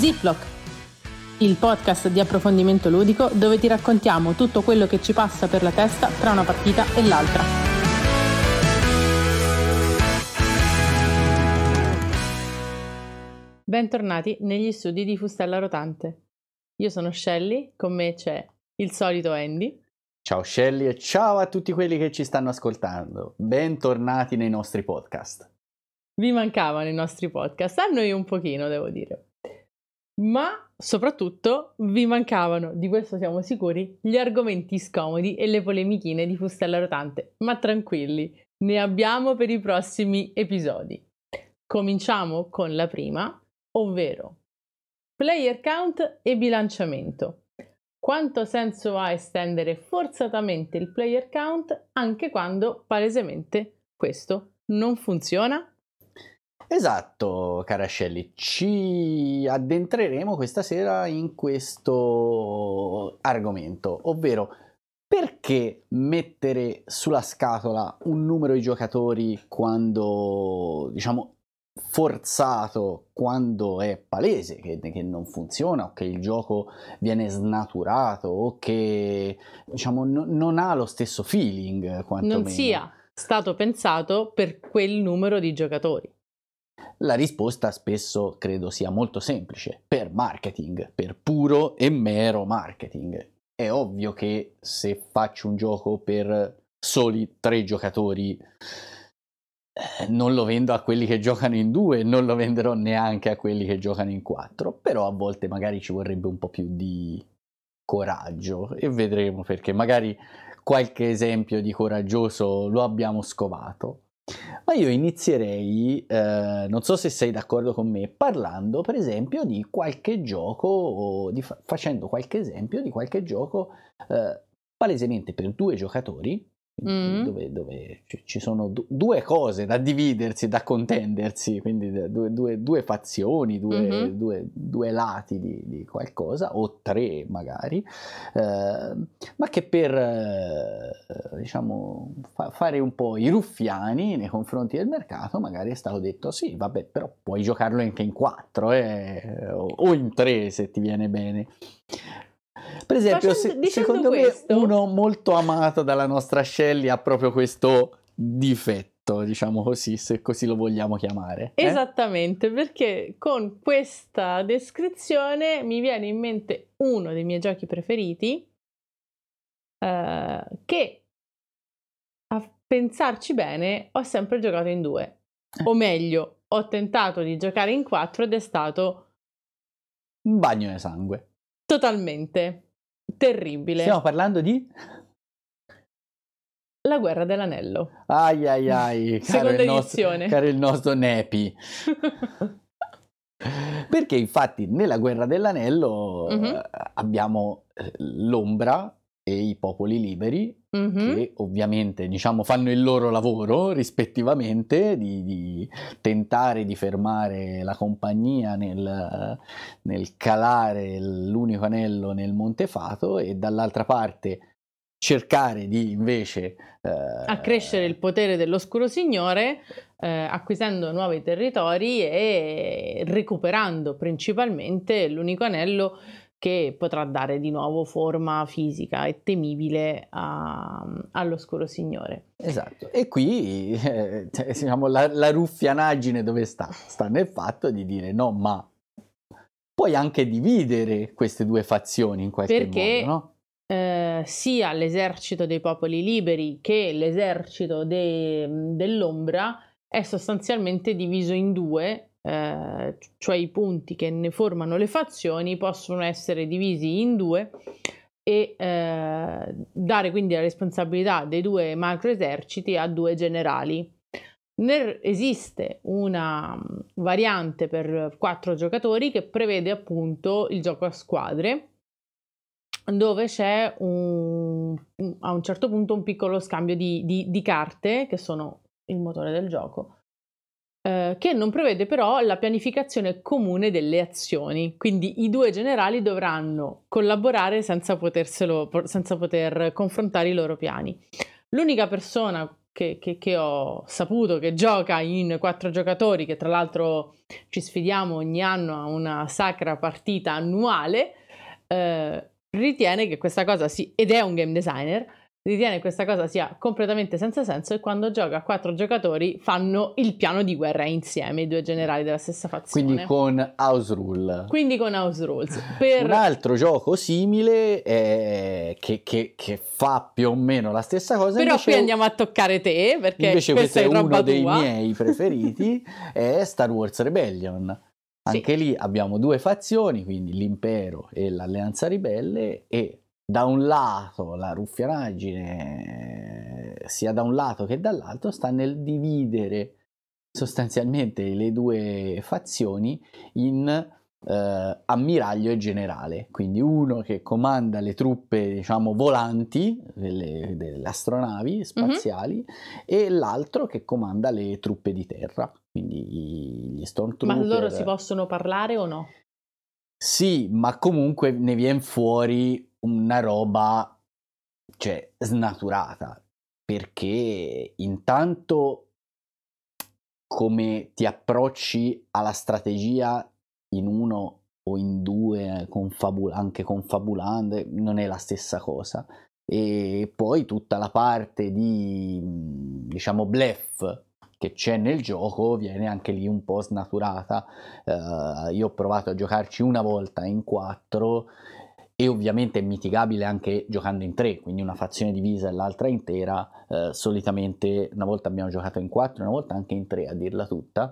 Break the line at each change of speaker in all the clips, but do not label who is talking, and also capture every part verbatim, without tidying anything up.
Ziploc, il podcast di approfondimento ludico dove ti raccontiamo tutto quello che ci passa per la testa tra una partita e l'altra. Bentornati negli studi di Fustella Rotante. Io sono Shelly, con me c'è il solito Andy.
Ciao Shelly e ciao a tutti quelli che ci stanno ascoltando. Bentornati nei nostri podcast.
Vi mancavano i nostri podcast, a noi un pochino devo dire. Ma soprattutto vi mancavano, di questo siamo sicuri, gli argomenti scomodi e le polemichine di Fustella Rotante. Ma tranquilli, ne abbiamo per i prossimi episodi. Cominciamo con la prima, ovvero player count e bilanciamento. Quanto senso ha estendere forzatamente il player count anche quando palesemente questo non funziona?
Esatto, cara Shelly, ci addentreremo questa sera in questo argomento, ovvero perché mettere sulla scatola un numero di giocatori quando, diciamo, forzato, quando è palese che, che non funziona o che il gioco viene snaturato o che, diciamo, no, non ha lo stesso feeling, quantomeno.
Non sia stato pensato per quel numero di giocatori.
La risposta spesso credo sia molto semplice: per marketing, per puro e mero marketing. È ovvio che se faccio un gioco per soli tre giocatori eh, non lo vendo a quelli che giocano in due, non lo venderò neanche a quelli che giocano in quattro, però a volte magari ci vorrebbe un po' più di coraggio e vedremo perché magari qualche esempio di coraggioso lo abbiamo scovato. Ma io inizierei, eh, non so se sei d'accordo con me, parlando per esempio di qualche gioco, o di fa- facendo qualche esempio di qualche gioco eh, palesemente per due giocatori,
Mm.
dove, dove ci, ci sono du- due cose da dividersi, da contendersi, quindi due, due, due fazioni, due,
Mm-hmm.
due, due lati di, di qualcosa, o tre magari, eh, ma che per eh, diciamo fa- fare un po' i ruffiani nei confronti del mercato magari è stato detto sì, vabbè, però puoi giocarlo anche in quattro eh, o, o in tre se ti viene bene. Per esempio,
Facendo,
se, secondo
questo,
me uno molto amato dalla nostra Shelly ha proprio questo difetto, diciamo così, se così lo vogliamo chiamare. Eh?
Esattamente, perché con questa descrizione mi viene in mente uno dei miei giochi preferiti eh, che, a pensarci bene, ho sempre giocato in due. O meglio, ho tentato di giocare in quattro ed è stato
un bagno di sangue.
Totalmente terribile.
Stiamo parlando di
La Guerra dell'Anello.
Ai ai ai, caro
seconda
il nostro,
edizione.
Caro il nostro Nepi. Perché infatti nella Guerra dell'Anello
mm-hmm.
eh, abbiamo eh, l'ombra e i popoli liberi
mm-hmm.
che ovviamente, diciamo, fanno il loro lavoro rispettivamente di, di tentare di fermare la compagnia nel, nel calare l'unico anello nel Montefato, e dall'altra parte cercare di invece eh,
accrescere il potere dell'Oscuro Signore, eh, acquisendo nuovi territori e recuperando principalmente l'unico anello che potrà dare di nuovo forma fisica e temibile a, all'Oscuro Signore.
Esatto, e qui eh, diciamo, la, la ruffianaggine dove sta? Sta nel fatto di dire no, ma puoi anche dividere queste due fazioni in qualche
Perché,
modo, no?
Eh, sia l'esercito dei popoli liberi che l'esercito de- dell'ombra è sostanzialmente diviso in due, eh, cioè i punti che ne formano le fazioni possono essere divisi in due e eh, dare quindi la responsabilità dei due macro eserciti a due generali. Ne esiste una variante per quattro giocatori che prevede appunto il gioco a squadre, dove c'è un, a un certo punto un piccolo scambio di, di, di carte che sono il motore del gioco, eh, che non prevede però la pianificazione comune delle azioni, quindi i due generali dovranno collaborare senza poterselo, senza poter confrontare i loro piani. L'unica persona che, che, che ho saputo che gioca in quattro giocatori, che tra l'altro ci sfidiamo ogni anno a una sacra partita annuale, eh, ritiene che questa cosa si, ed è un game designer, ritiene che questa cosa sia completamente senza senso, e quando gioca a quattro giocatori fanno il piano di guerra insieme, i due generali della stessa fazione.
Quindi con House Rule.
Quindi con House Rules. Per...
Un altro gioco simile è... che, che, che fa più o meno la stessa cosa.
Però
invece...
qui andiamo a toccare te, perché
invece
questo è,
è
roba
uno dei
tua.
miei preferiti, è Star Wars Rebellion. Anche sì. Lì abbiamo due fazioni, quindi l'impero e l'alleanza ribelle, e da un lato la ruffianaggine, sia da un lato che dall'altro, sta nel dividere sostanzialmente le due fazioni in eh, ammiraglio e generale, quindi uno che comanda le truppe, diciamo, volanti, delle, delle astronavi spaziali, mm-hmm. e l'altro che comanda le truppe di terra, quindi gli Stormtrooper.
Ma loro si possono parlare o no?
Sì, ma comunque ne viene fuori una roba, cioè, snaturata, perché intanto come ti approcci alla strategia in uno o in due, confabul- anche confabulando, non è la stessa cosa. E poi tutta la parte di, diciamo, bluff che c'è nel gioco viene anche lì un po' snaturata. Uh, io ho provato a giocarci una volta in quattro, e ovviamente è mitigabile anche giocando in tre, quindi una fazione divisa e l'altra intera. Uh, solitamente una volta abbiamo giocato in quattro, una volta anche in tre, a dirla tutta.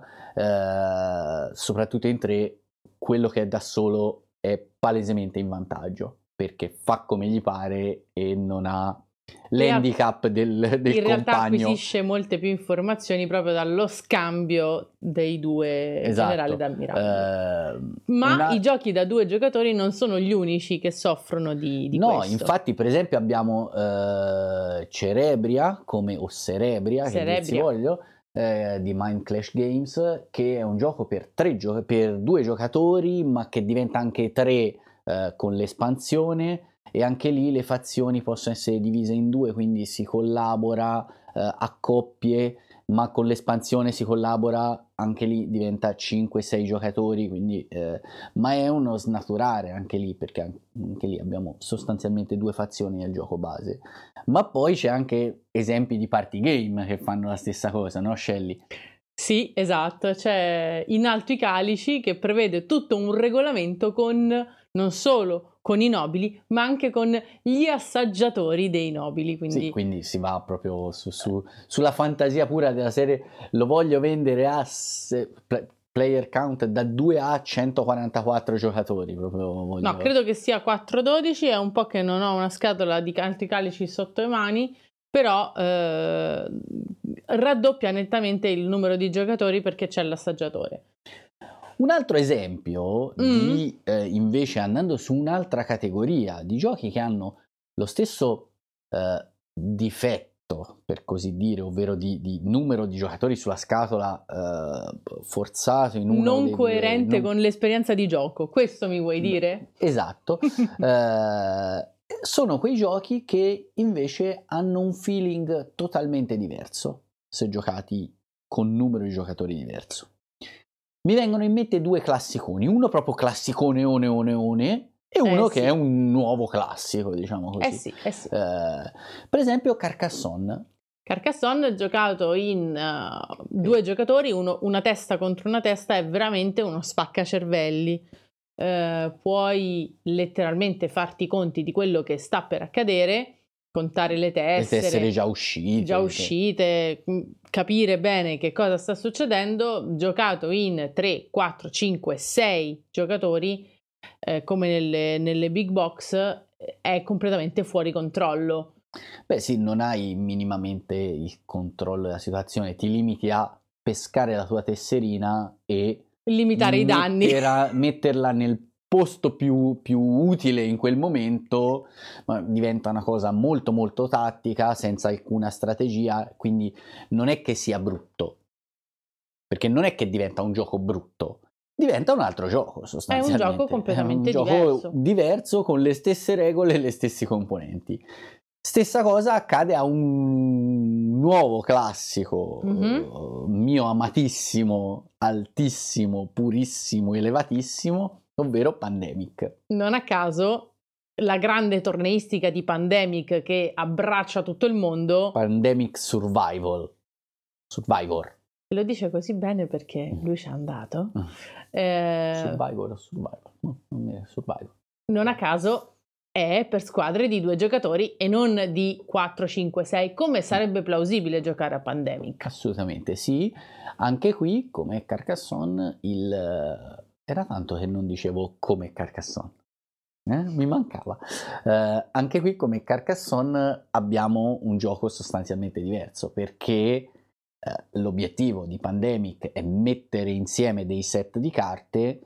Uh, soprattutto in tre, quello che è da solo è palesemente in vantaggio, perché fa come gli pare e non ha l'handicap del, del
in compagno. In realtà acquisisce molte più informazioni proprio dallo scambio dei due, esatto, generali d'ammiraglio. Uh, Ma una... i giochi da due giocatori non sono gli unici che soffrono di, di
no,
questo.
Infatti per esempio abbiamo uh, Cerebria, come, o Cerebria, Cerebria. che dir si voglio, eh, di Mind Clash Games, che è un gioco per, tre gio- per due giocatori, ma che diventa anche tre eh, con l'espansione. E anche lì le fazioni possono essere divise in due, quindi si collabora eh, a coppie, ma con l'espansione si collabora, anche lì diventa cinque sei giocatori, quindi, eh, ma è uno snaturare anche lì, perché anche lì abbiamo sostanzialmente due fazioni nel gioco base. Ma poi c'è anche esempi di party game che fanno la stessa cosa, no Shelly?
Sì, esatto, c'è In Alto i Calici, che prevede tutto un regolamento con non solo con i nobili, ma anche con gli assaggiatori dei nobili. Quindi,
sì, quindi si va proprio su, su, sulla fantasia pura della serie. Lo voglio vendere a se, player count da due a centoquarantaquattro giocatori. Proprio voglio...
No, credo che sia quattrocentododici, è un po' che non ho una scatola di Alti Calici sotto le mani, però eh, raddoppia nettamente il numero di giocatori perché c'è l'assaggiatore.
Un altro esempio mm. di eh, invece, andando su un'altra categoria di giochi che hanno lo stesso eh, difetto, per così dire, ovvero di, di numero di giocatori sulla scatola eh, forzato in uno
non
dei
coerente
due, non...
con l'esperienza di gioco, questo mi vuoi dire?
Esatto. eh, sono quei giochi che invece hanno un feeling totalmente diverso se giocati con numero di giocatori diverso. Mi vengono in mente due classiconi, uno proprio classicone one one one e uno eh sì. che è un nuovo classico, diciamo così.
Eh sì, eh sì.
Eh, per esempio Carcassonne.
Carcassonne, giocato in uh, due sì. giocatori, uno, una testa contro una testa, è veramente uno spaccacervelli. Uh, puoi letteralmente farti i conti di quello che sta per accadere, contare le tessere,
le tessere già uscite,
già uscite, capire bene che cosa sta succedendo. Giocato in tre, quattro, cinque, sei giocatori, eh, come nelle, nelle big box, è completamente fuori controllo.
Beh sì, non hai minimamente il controllo della situazione, ti limiti a pescare la tua tesserina e
limitare i danni,
metterla nel posto più, più utile in quel momento, ma diventa una cosa molto molto tattica, senza alcuna strategia, quindi non è che sia brutto, perché non è che diventa un gioco brutto, diventa un altro gioco sostanzialmente.
È un gioco completamente
è un
diverso.
gioco diverso con le stesse regole e le stessi componenti. Stessa cosa accade a un nuovo classico,
Mhm.
uh, mio amatissimo, altissimo, purissimo, elevatissimo, ovvero Pandemic.
Non a caso, la grande torneistica di Pandemic che abbraccia tutto il mondo,
Pandemic Survival. Survivor.
lo dice così bene perché lui ci è andato. Eh,
Survivor o Survivor? No, non mi- Survivor.
non a caso è per squadre di due giocatori e non di quattro, cinque, sei, come sarebbe plausibile giocare a Pandemic.
Assolutamente sì. Anche qui, come Carcassonne, il... era tanto che non dicevo come Carcassonne. Eh? Mi mancava. Eh, anche qui, come Carcassonne, abbiamo un gioco sostanzialmente diverso, perché eh, l'obiettivo di Pandemic è mettere insieme dei set di carte,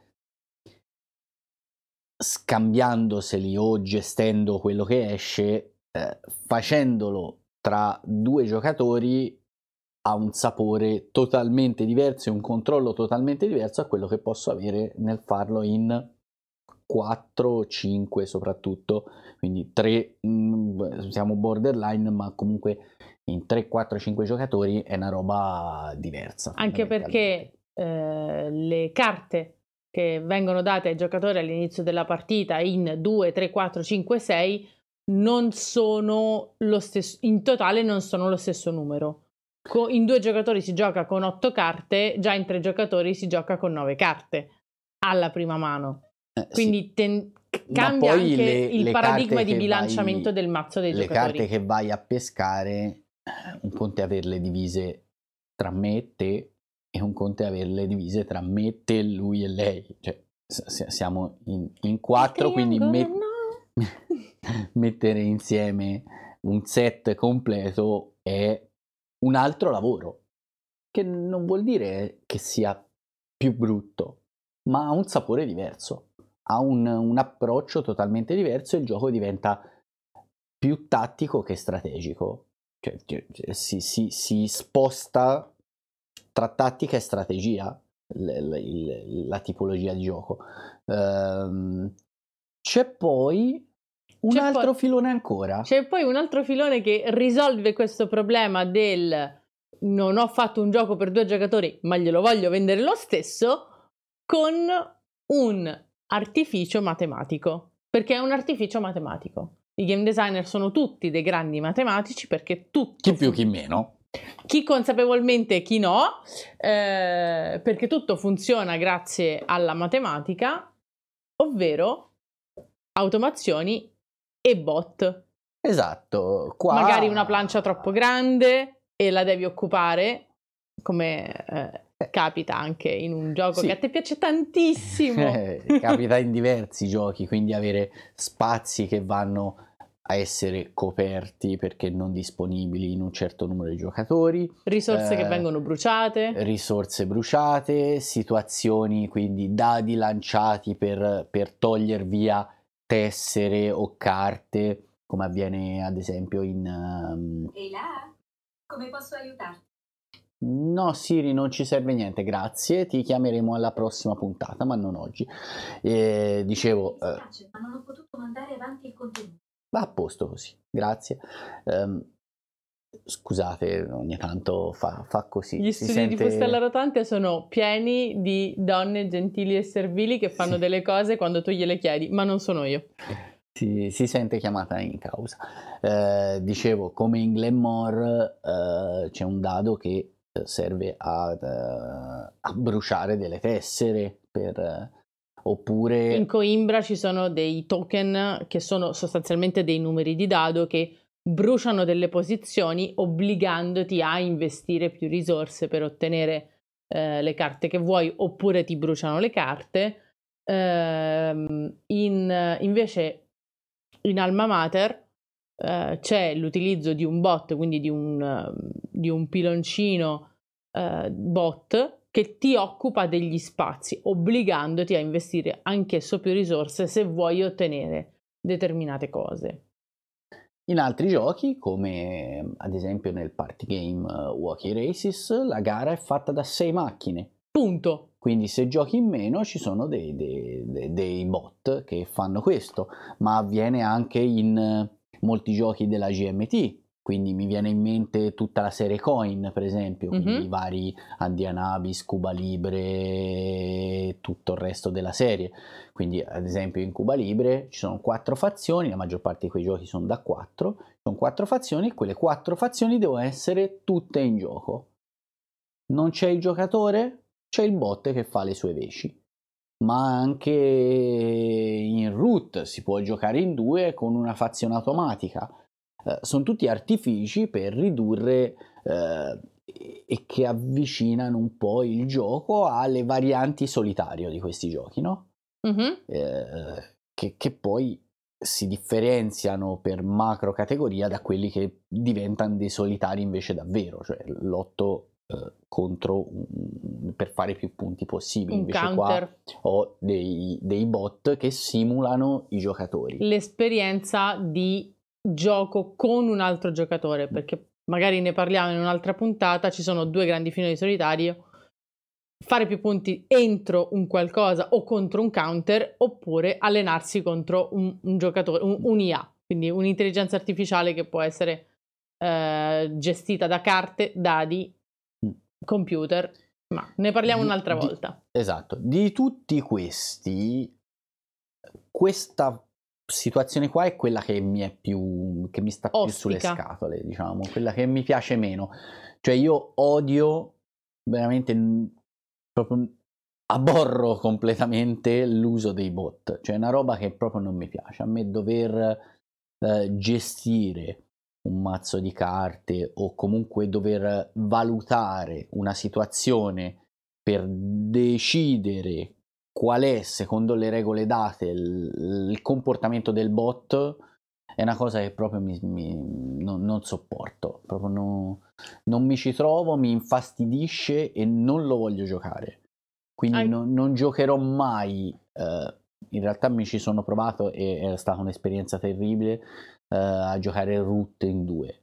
scambiandoseli o gestendo quello che esce, eh, facendolo tra due giocatori ha un sapore totalmente diverso e un controllo totalmente diverso a quello che posso avere nel farlo in quattro cinque soprattutto, quindi tre, mh, siamo borderline, ma comunque in tre quattro cinque giocatori è una roba diversa.
Anche perché eh, le carte che vengono date ai giocatori all'inizio della partita in due, tre, quattro, cinque, sei non sono lo stesso, in totale non sono lo stesso numero. Co- in due giocatori si gioca con otto carte, già in tre giocatori si gioca con nove carte alla prima mano.
Eh,
Quindi
sì.
ten-
Ma
cambia
poi
anche
le,
il
le
paradigma
carte
di
che
bilanciamento
vai,
del mazzo dei
le
giocatori.
carte che vai a pescare, eh, un conto è averle divise tra me e te, e un conto è averle divise tra me, te, lui e lei. Cioè, s- siamo in, in quattro, quindi met-
no.
mettere insieme un set completo è un altro lavoro, che non vuol dire che sia più brutto, ma ha un sapore diverso, ha un, un approccio totalmente diverso e il gioco diventa più tattico che strategico, cioè, cioè, si, si, si sposta tra tattica e strategia l- l- il- la tipologia di gioco. Ehm, c'è poi un
C'è
altro
poi-
filone ancora.
C'è poi un altro filone che risolve questo problema del non ho fatto un gioco per due giocatori, ma glielo voglio vendere lo stesso, con un artificio matematico. Perché è un artificio matematico. I game designer sono tutti dei grandi matematici perché tutto...
Chi più,
fun-
chi meno.
Chi consapevolmente e chi no, eh, perché tutto funziona grazie alla matematica, ovvero automazioni e bot.
Esatto, qua...
Magari una plancia troppo grande e la devi occupare, come eh, capita anche in un gioco
Sì.
che a te piace tantissimo.
Capita in diversi giochi, quindi avere spazi che vanno a essere coperti perché non disponibili in un certo numero di giocatori,
Risorse
eh,
che vengono bruciate.
risorse bruciate, situazioni, quindi dadi lanciati per, per togliere via tessere o carte, come avviene ad esempio in... Um...
Ehi là, come posso aiutarti?
No, Siri, non ci serve niente, grazie. Ti chiameremo alla prossima puntata, ma non oggi. E, dicevo...
Mi dispiace, eh... ma non ho potuto mandare avanti il contenuto.
Va a posto così, grazie. Um, scusate, ogni tanto fa, fa così.
Gli
si
studi
sente...
di Fustella Rotante sono pieni di donne gentili e servili che fanno
Sì.
delle cose quando tu gliele chiedi, ma non sono io.
Si, si sente chiamata in causa. Eh, dicevo, come in Glenmore eh, c'è un dado che serve a, a bruciare delle tessere per... Oppure...
In Coimbra ci sono dei token che sono sostanzialmente dei numeri di dado che bruciano delle posizioni obbligandoti a investire più risorse per ottenere eh, le carte che vuoi, oppure ti bruciano le carte. Ehm, in, invece in Alma Mater eh, c'è l'utilizzo di un bot, quindi di un, di un piloncino eh, bot che ti occupa degli spazi, obbligandoti a investire anch'esso più risorse se vuoi ottenere determinate cose.
In altri giochi, come ad esempio nel party game uh, Wacky Races, la gara è fatta da sei macchine.
Punto.
Quindi se giochi in meno ci sono dei, dei, dei, dei bot che fanno questo, ma avviene anche in, molti giochi della G M T, quindi mi viene in mente tutta la serie Coin, per esempio, quindi
Mhm.
i vari Andianabis, Cuba Libre e tutto il resto della serie. Quindi ad esempio in Cuba Libre ci sono quattro fazioni, la maggior parte di quei giochi sono da quattro, sono quattro fazioni e quelle quattro fazioni devono essere tutte in gioco. Non c'è il giocatore, c'è il bot che fa le sue veci. Ma anche in Root si può giocare in due con una fazione automatica. Eh, sono tutti artifici per ridurre eh, e che avvicinano un po' il gioco alle varianti solitario di questi giochi, no?
Mhm.
Eh, che, che poi si differenziano per macro categoria da quelli che diventano dei solitari invece davvero, cioè l'otto eh, contro un- per fare più punti possibili.
Un
Invece
counter.
qua ho dei, dei bot che simulano i giocatori.
L'esperienza di gioco con un altro giocatore, perché magari ne parliamo in un'altra puntata, ci sono due grandi finali di solitario, fare più punti entro un qualcosa o contro un counter, oppure allenarsi contro un, un giocatore, un, un I A, quindi un'intelligenza artificiale che può essere eh, gestita da carte, dadi,
Mm.
computer, ma ne parliamo
Di-
un'altra
di-
volta.
Esatto, di tutti questi, questa situazione qua è quella che mi è più, che mi sta più sulle
Ostica.
scatole, diciamo, quella che mi piace meno. Cioè io odio veramente, n- proprio aborro completamente l'uso dei bot, cioè è una roba che proprio non mi piace. A me dover eh, gestire un mazzo di carte o comunque dover valutare una situazione per decidere qual è, secondo le regole date, il, il comportamento del bot è una cosa che proprio mi, mi- non, non sopporto, proprio no- non mi ci trovo, mi infastidisce e non lo voglio giocare. Quindi
An-
non, non giocherò mai, eh, in realtà mi ci sono provato e è stata un'esperienza terribile, eh, a giocare Root in due.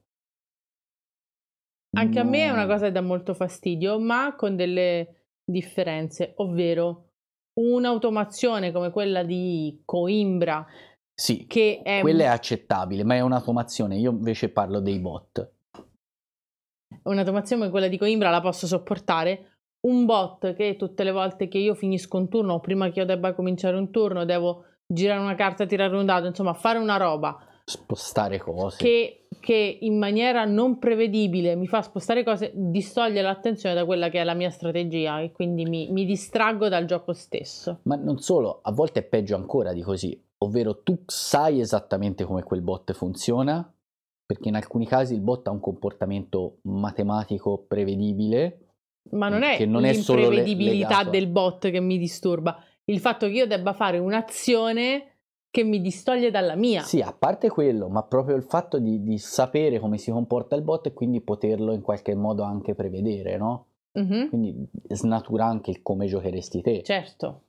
Anche a me è una
No.
cosa che dà molto fastidio, ma con delle differenze, ovvero un'automazione come quella di Coimbra,
Sì,
che è
quella è accettabile, ma è un'automazione. Io invece parlo dei bot.
un'automazione come quella di Coimbra la posso sopportare. Un bot che tutte le volte che io finisco un turno o prima che io debba cominciare un turno devo girare una carta, tirare un dado, insomma fare una roba
Spostare cose.
che, che in maniera non prevedibile mi fa spostare cose, distoglie l'attenzione da quella che è la mia strategia e quindi mi, mi distraggo dal gioco stesso.
Ma non solo, a volte è peggio ancora di così, ovvero tu sai esattamente come quel bot funziona, perché in alcuni casi il bot ha un comportamento matematico prevedibile,
Ma non è
che non è solo le-
l'imprevedibilità
legato a-
del bot che mi disturba, il fatto che io debba fare un'azione che mi distoglie dalla mia.
Sì, a parte quello, ma proprio il fatto di, di sapere come si comporta il bot e quindi poterlo in qualche modo anche prevedere, no?
Mhm,
Quindi snatura anche il come giocheresti te.
certo.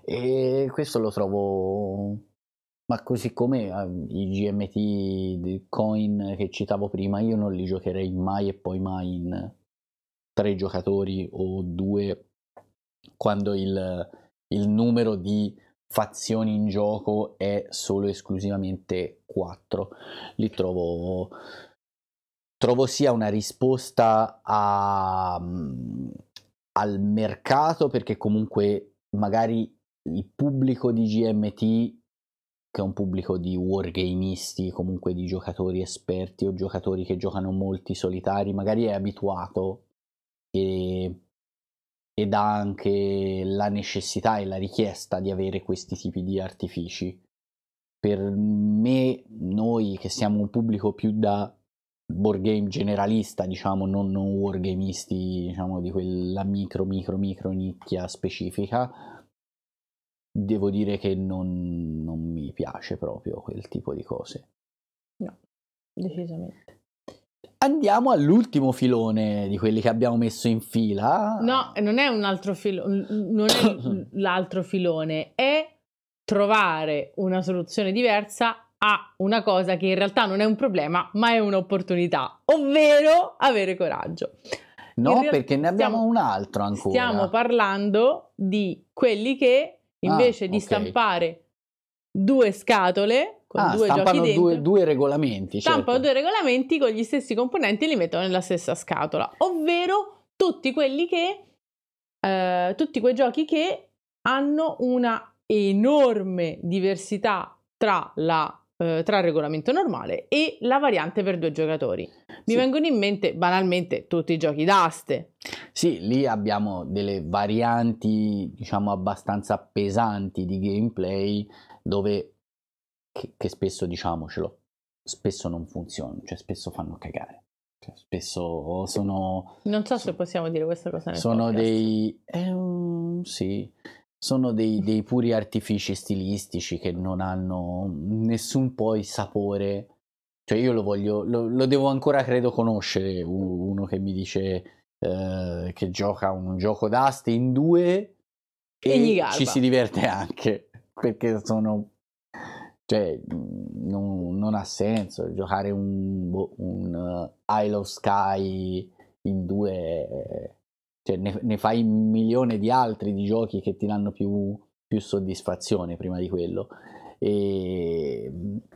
E questo lo trovo... Ma così come eh, i G M T di coin che citavo prima, io non li giocherei mai e poi mai in tre giocatori o due, quando il, il numero di fazioni in gioco è solo esclusivamente quattro. Lì trovo, trovo sia una risposta a, mm, al mercato, perché comunque magari il pubblico di G M T, che è un pubblico di wargamisti, comunque di giocatori esperti o giocatori che giocano molti solitari, magari è abituato e, ed ha anche la necessità e la richiesta di avere questi tipi di artifici. Per me, noi che siamo un pubblico più da board game generalista, diciamo, non, non wargamisti, diciamo, di quella micro, micro, micro nicchia specifica, devo dire che non, non mi piace proprio quel tipo di cose.
No, decisamente.
Andiamo all'ultimo filone di quelli che abbiamo messo in fila.
No, non è un altro filone, non è l'altro filone, è trovare una soluzione diversa a una cosa che in realtà non è un problema, ma è un'opportunità, ovvero avere coraggio.
No,
In real-
perché ne abbiamo
stiamo-
un altro ancora.
Stiamo parlando di quelli che invece
Ah,
di
ok.
stampare due scatole con
ah,
due giochi
stampano
dentro.
due, due regolamenti.
Stampano
certo.
due regolamenti con gli stessi componenti e li mettono nella stessa scatola, ovvero tutti quelli che, eh, tutti quei giochi che hanno una enorme diversità tra, la, eh, tra il regolamento normale e la variante per due giocatori. Mi
Sì.
vengono in mente banalmente tutti i giochi d'aste.
Sì, lì abbiamo delle varianti, diciamo, abbastanza pesanti di gameplay dove, che, che spesso, diciamocelo, spesso non funzionano, cioè spesso fanno cagare. Cioè, spesso sono...
Non so
so-
se possiamo dire questa cosa nel
sono
podcast.
dei... eh, um, sì, sono dei, dei puri artifici stilistici che non hanno nessun poi sapore. Cioè io lo voglio, lo, lo devo ancora credo conoscere, u- uno che mi dice eh, che gioca un gioco d'aste in due
E gli
e
garba.
ci si diverte anche, perché sono... Cioè, mh, non, non ha senso giocare un, boh, un uh, Isle of Sky in due, eh, cioè ne, ne fai un milione di altri di giochi che ti danno più, più soddisfazione prima di quello. E...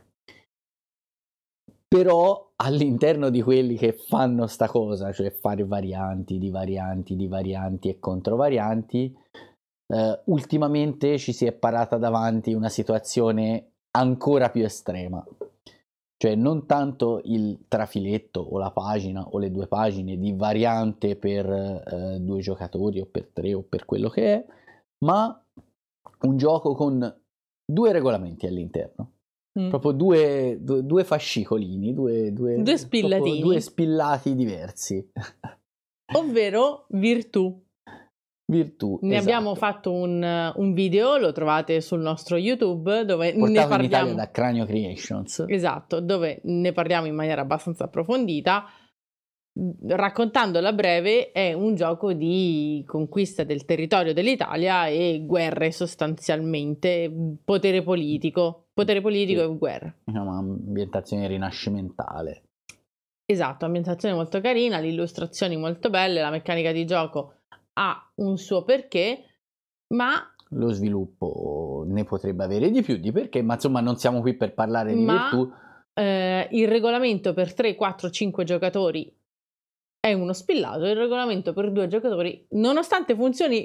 Però all'interno di quelli che fanno sta cosa, cioè fare varianti di varianti di varianti e controvarianti, eh, ultimamente ci si è parata davanti una situazione ancora più estrema. Cioè non tanto il trafiletto o la pagina o le due pagine di variante per eh, due giocatori o per tre o per quello che è, ma un gioco con due regolamenti all'interno.
Mm.
Proprio due, due, due fascicolini, due, due,
Due spillatini.
due spillati diversi.
Ovvero Virtù.
Virtù.
Ne
esatto.
abbiamo fatto un, un video, lo trovate sul nostro YouTube, dove
Portato
ne
in
parliamo.
Italia da Cranio Creations.
Esatto, dove ne parliamo in maniera abbastanza approfondita. Raccontandolo a breve, è un gioco di conquista del territorio dell'Italia e guerre sostanzialmente, potere politico, potere politico
Sì.
e guerra.
Diciamo, ambientazione rinascimentale.
Esatto, ambientazione molto carina, le illustrazioni molto belle, la meccanica di gioco ha un suo perché, ma
Lo sviluppo ne potrebbe avere di più di perché, ma insomma non siamo qui per parlare di
ma
virtù.
eh, il regolamento per tre, quattro, cinque giocatori è uno spillato, il regolamento per due giocatori, nonostante funzioni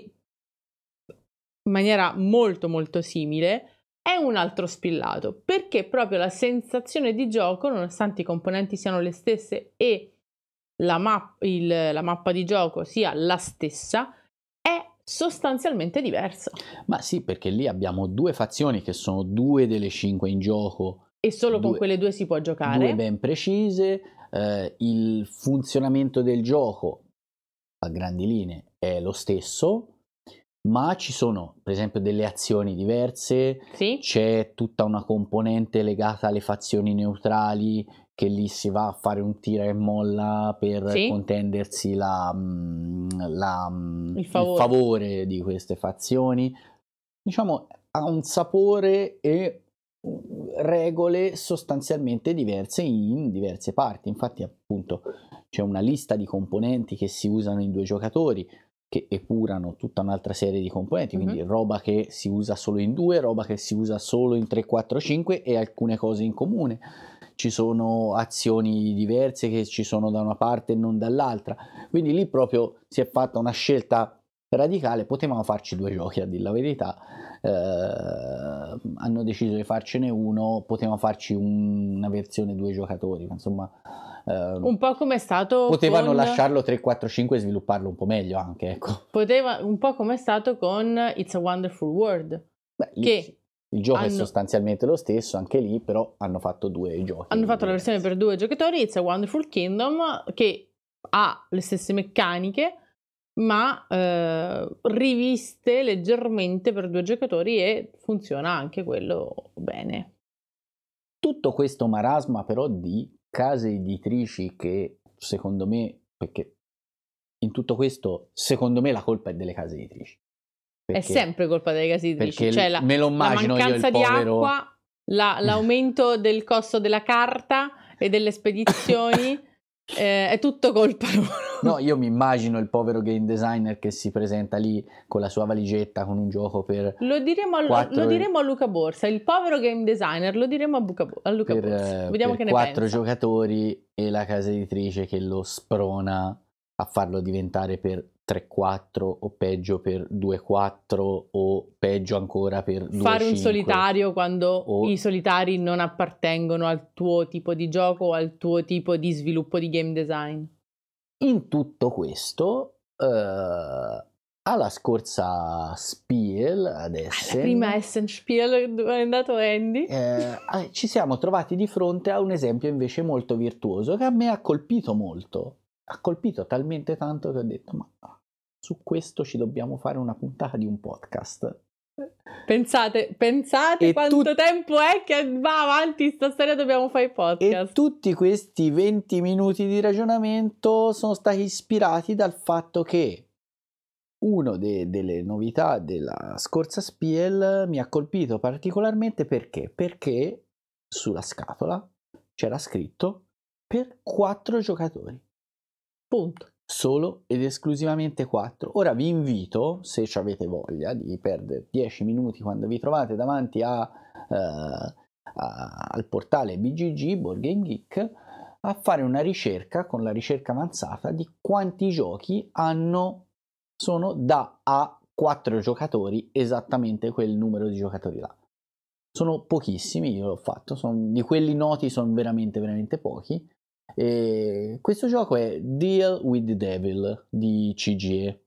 in maniera molto molto simile, è un altro spillato, perché proprio la sensazione di gioco, nonostante i componenti siano le stesse e la, map- il, la mappa di gioco sia la stessa, è sostanzialmente diversa.
Ma sì, perché lì abbiamo due fazioni che sono due delle cinque in gioco.
E solo
due,
con quelle due si può giocare.
Due ben precise, eh, il funzionamento del gioco a grandi linee è lo stesso, ma ci sono per esempio delle azioni diverse,
sì?
C'è tutta una componente legata alle fazioni neutrali, che lì si va a fare un tira e molla per
sì?
contendersi la, la,
il, favore.
il favore di queste fazioni. Diciamo, ha un sapore e regole sostanzialmente diverse in diverse parti. Infatti appunto c'è una lista di componenti che si usano in due giocatori, che epurano tutta un'altra serie di componenti, quindi mm-hmm. roba che si usa solo in due, roba che si usa solo in tre, quattro, cinque e alcune cose in comune. Ci sono azioni diverse che ci sono da una parte e non dall'altra, quindi lì proprio si è fatta una scelta radicale. Potevamo farci due giochi, a dir la verità, eh, hanno deciso di farcene uno, potevamo farci un, una versione due giocatori, insomma Uh,
un po' come è stato
potevano
con...
lasciarlo tre, quattro, cinque e svilupparlo un po' meglio anche, ecco.
Poteva, un po' come è stato con It's a Wonderful World.
Beh, lì
che
il gioco
hanno...
è sostanzialmente lo stesso, anche lì però hanno fatto due giochi.
Hanno fatto la versione per due giocatori, It's a Wonderful Kingdom, che ha le stesse meccaniche, ma eh, riviste leggermente per due giocatori, e funziona anche quello bene.
Tutto questo marasma però di case editrici che secondo me, perché in tutto questo secondo me la colpa è delle case editrici.
Perché, è sempre colpa delle case editrici, cioè la,
me lo immagino
la mancanza
io, il povero...
di acqua, la, l'aumento del costo della carta e delle spedizioni eh, è tutto colpa loro.
No, io mi immagino il povero game designer che si presenta lì con la sua valigetta con un gioco per
Lo diremo, a,
quattro,
lo diremo a Luca Borsa, il povero game designer, lo diremo a, Buca, a Luca
per,
Borsa. Vediamo
per
che ne
quattro
pensa.
giocatori e la casa editrice che lo sprona a farlo diventare per tre quattro o peggio per due quattro o peggio ancora per due
Fare un
cinque.
solitario quando
o...
i solitari non appartengono al tuo tipo di gioco o al tuo tipo di sviluppo di game design.
In tutto questo, eh, alla scorsa Spiel, adesso,
la prima Essen Spiel dove è andato Andy,
eh, ci siamo trovati di fronte a un esempio invece molto virtuoso che a me ha colpito molto. Ha colpito talmente tanto che ho detto, ma su questo ci dobbiamo fare una puntata di un podcast.
Pensate, pensate
e
quanto
tut-
tempo è che va avanti sta storia, dobbiamo fare i podcast.
E tutti questi venti minuti di ragionamento sono stati ispirati dal fatto che una de- delle novità della scorsa Spiel mi ha colpito particolarmente perché? Perché sulla scatola c'era scritto per quattro giocatori.
Punto.
Solo ed esclusivamente quattro. Ora vi invito, se ci avete voglia di perdere dieci minuti quando vi trovate davanti a, uh, a, al portale B G G, Board Game Geek, a fare una ricerca con la ricerca avanzata di quanti giochi hanno sono da a quattro giocatori, esattamente quel numero di giocatori là. Sono pochissimi, io l'ho fatto, sono, di quelli noti sono veramente veramente pochi. E questo gioco è Deal with the Devil di C G E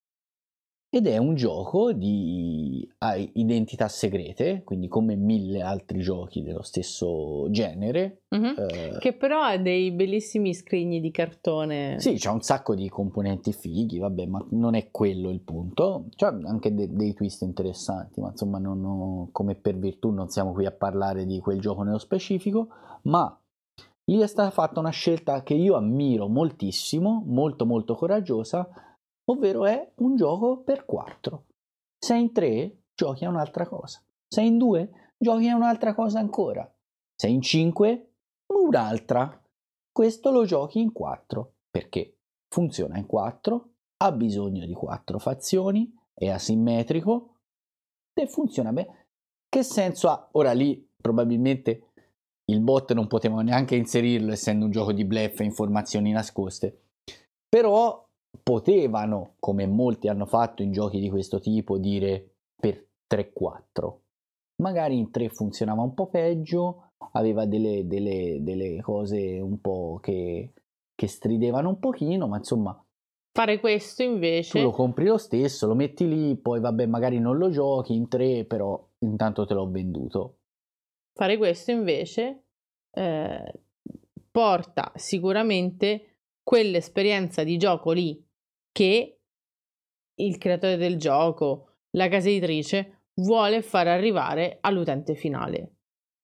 ed è un gioco di ha identità segrete, quindi come mille altri giochi dello stesso genere,
mm-hmm.
eh,
che però ha dei bellissimi scrigni di cartone.
Sì, c'ha un sacco di componenti fighi, vabbè, ma non è quello il punto. C'ha anche de- dei twist interessanti, ma insomma non ho, come per virtù non siamo qui a parlare di quel gioco nello specifico, ma lì è stata fatta una scelta che io ammiro moltissimo, molto molto coraggiosa, ovvero è un gioco per quattro. Se in tre giochi a un'altra cosa, se in due giochi a un'altra cosa ancora, se in cinque un'altra. Questo lo giochi in quattro perché funziona in quattro, ha bisogno di quattro fazioni, è asimmetrico e funziona bene. Che senso ha? Ora lì probabilmente il bot non poteva neanche inserirlo essendo un gioco di bluff e informazioni nascoste, però potevano, come molti hanno fatto in giochi di questo tipo, dire per tre quattro. Magari in tre funzionava un po' peggio, aveva delle, delle, delle cose un po' che, che stridevano un pochino, ma insomma
fare questo invece
tu lo compri lo stesso, lo metti lì, poi vabbè magari non lo giochi in tre, però intanto te l'ho venduto.
Fare questo invece eh, porta sicuramente quell'esperienza di gioco lì che il creatore del gioco, la casa editrice, vuole far arrivare all'utente finale.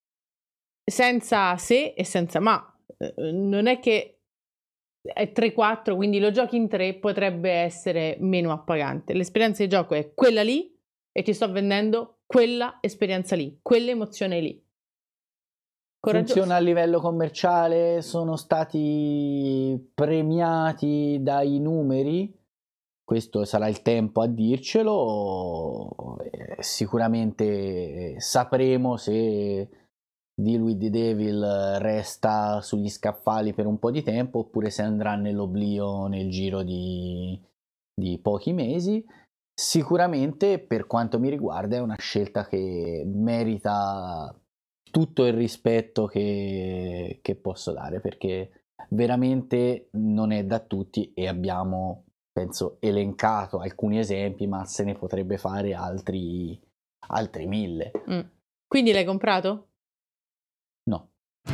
Senza se e senza ma. Eh, non è che è tre quattro, quindi lo giochi in tre, potrebbe essere meno appagante. L'esperienza di gioco è quella lì e ti sto vendendo quella esperienza lì, quell'emozione lì. Coraggioso.
Funziona a livello commerciale, sono stati premiati dai numeri, questo sarà il tempo a dircelo, eh, sicuramente sapremo se Deal with the Devil resta sugli scaffali per un po' di tempo oppure se andrà nell'oblio nel giro di, di pochi mesi. Sicuramente per quanto mi riguarda è una scelta che merita tutto il rispetto che, che posso dare, perché veramente non è da tutti e abbiamo, penso, elencato alcuni esempi, ma se ne potrebbe fare altri, altri mille.
Mm. Quindi l'hai comprato?
No.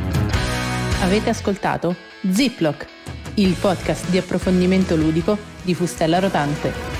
Avete ascoltato Ziploc, il podcast di approfondimento ludico di Fustella Rotante.